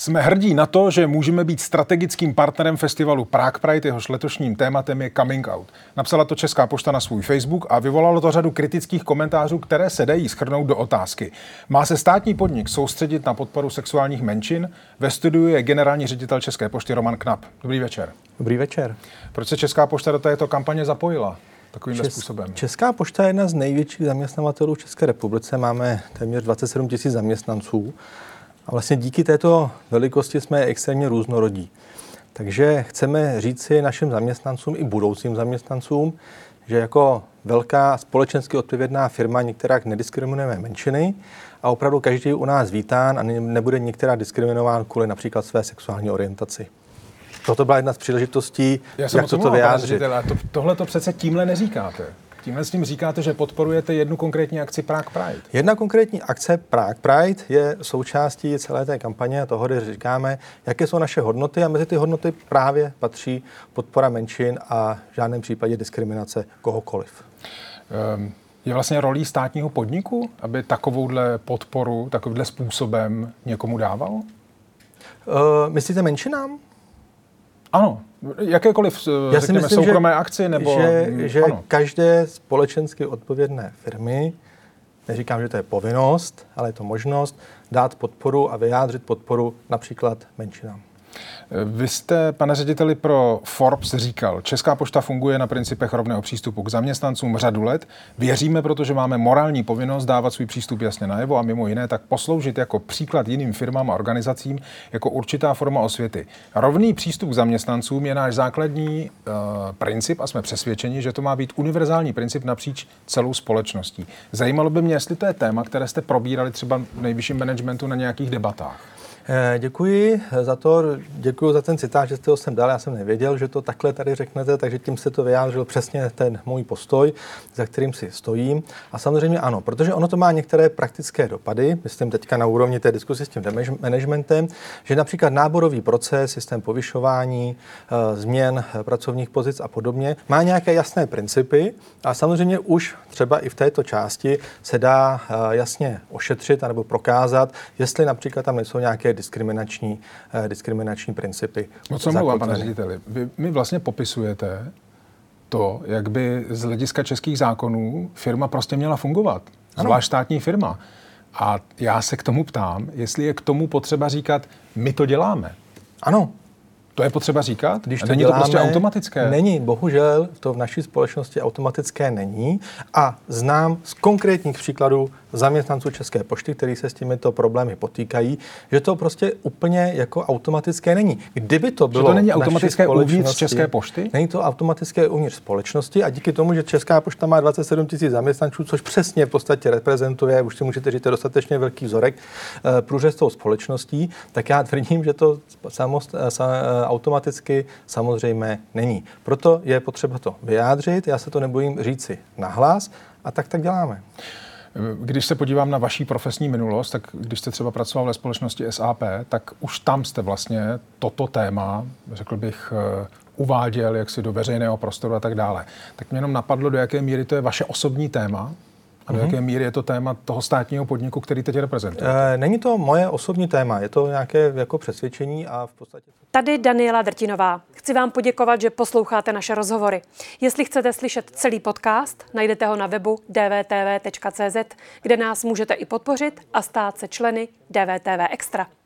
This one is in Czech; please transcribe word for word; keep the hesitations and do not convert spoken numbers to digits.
Jsme hrdí na to, že můžeme být strategickým partnerem festivalu Prague Pride, jehož letošním tématem je coming out. Napsala to Česká pošta na svůj Facebook a vyvolalo to řadu kritických komentářů, které se dají shrnout do otázky. Má se státní podnik soustředit na podporu sexuálních menšin? Ve studiu je generální ředitel České pošty Roman Knap. Dobrý večer. Dobrý večer. Proč se Česká pošta do této kampaně zapojila takovým Čes, způsobem? Česká pošta je jedna z největších zaměstnavatelů v České republice. Máme téměř dvacet sedm tisíc zaměstnanců. A vlastně díky této velikosti jsme extrémně různorodí. Takže chceme říci našim zaměstnancům i budoucím zaměstnancům, že jako velká společensky odpovědná firma některak nediskriminujeme menšiny a opravdu každý u nás vítán a nebude některá diskriminován kvůli například své sexuální orientaci. Toto byla jedna z příležitostí, Já jak toto vyjádřit. To, tohle to přece tímhle neříkáte. Tímhle s tím říkáte, že podporujete jednu konkrétní akci Prague Pride. Jedna konkrétní akce Prague Pride je součástí celé té kampaně a toho, kde říkáme, jaké jsou naše hodnoty a mezi ty hodnoty právě patří podpora menšin a v žádném případě diskriminace kohokoliv. Um, je vlastně rolí státního podniku, aby takovouhle podporu takovýmhle způsobem někomu dával? Uh, myslíte menšinám? Ano, jakékoliv, Já řekněme, myslím, soukromé že, akci, nebo... Že, že ano. každé společensky odpovědné firmy, neříkám, že to je povinnost, ale je to možnost dát podporu a vyjádřit podporu například menšinám. Vy jste, pane řediteli, pro Forbes říkal, Česká pošta funguje na principech rovného přístupu k zaměstnancům řadu let. Věříme, protože máme morální povinnost dávat svůj přístup jasně najevo a mimo jiné tak posloužit jako příklad jiným firmám a organizacím jako určitá forma osvěty. Rovný přístup k zaměstnancům je náš základní uh, princip a jsme přesvědčeni, že to má být univerzální princip napříč celou společností. Zajímalo by mě, jestli to je téma, které jste probírali třeba v nejvyšším managementu na nějakých debatách. Děkuji za to, děkuji za ten citát, že jste ho sem dal, já jsem nevěděl, že to takhle tady řeknete, takže tím jste to vyjádřil přesně ten můj postoj, za kterým si stojím. A samozřejmě ano, protože ono to má některé praktické dopady, myslím teďka na úrovni té diskuse s tím managementem, že například náborový proces, systém povyšování, změn pracovních pozic a podobně, má nějaké jasné principy a samozřejmě už třeba i v této části se dá jasně ošetřit anebo prokázat, jestli například tam nejsou nějaké diskriminační, eh, diskriminační principy. No co mluvám, pane řediteli? Vy mi vlastně popisujete to, jak by z hlediska českých zákonů firma prostě měla fungovat. Zvlášť státní firma. A já se k tomu ptám, jestli je k tomu potřeba říkat, my to děláme. Ano. To je potřeba říkat? Když to není děláme, to prostě automatické? Není, bohužel to v naší společnosti automatické není a znám z konkrétních příkladů zaměstnanců České pošty, kteří se s těmito problémy potýkají, že to prostě úplně jako automatické není. Kdyby to bylo... Že to není automatické uvnitř České pošty? Není to automatické uvnitř společnosti a díky tomu, že Česká pošta má dvacet sedm tisíc zaměstnanců, což přesně v podstatě reprezentuje, už si můžete říct, dostatečně velký vzorek průřez tou společností, tak já tvrdím, že to samost, automaticky samozřejmě není. Proto je potřeba to vyjádřit, já se to nebojím říci nahlas a tak tak děláme. Když se podívám na vaší profesní minulost, tak když jste třeba pracoval ve společnosti S A P, tak už tam jste vlastně toto téma, řekl bych, uváděl jaksi do veřejného prostoru a tak dále. Tak mě jenom napadlo, do jaké míry to je vaše osobní téma a do jaké míry je to téma toho státního podniku, který teď reprezentuje. E, není to moje osobní téma, je to nějaké jako přesvědčení a v podstatě... Tady Daniela Drtinová. Chci vám poděkovat, že posloucháte naše rozhovory. Jestli chcete slyšet celý podcast, najdete ho na webu d v t v tečka c z, kde nás můžete i podpořit a stát se členy D V T V Extra.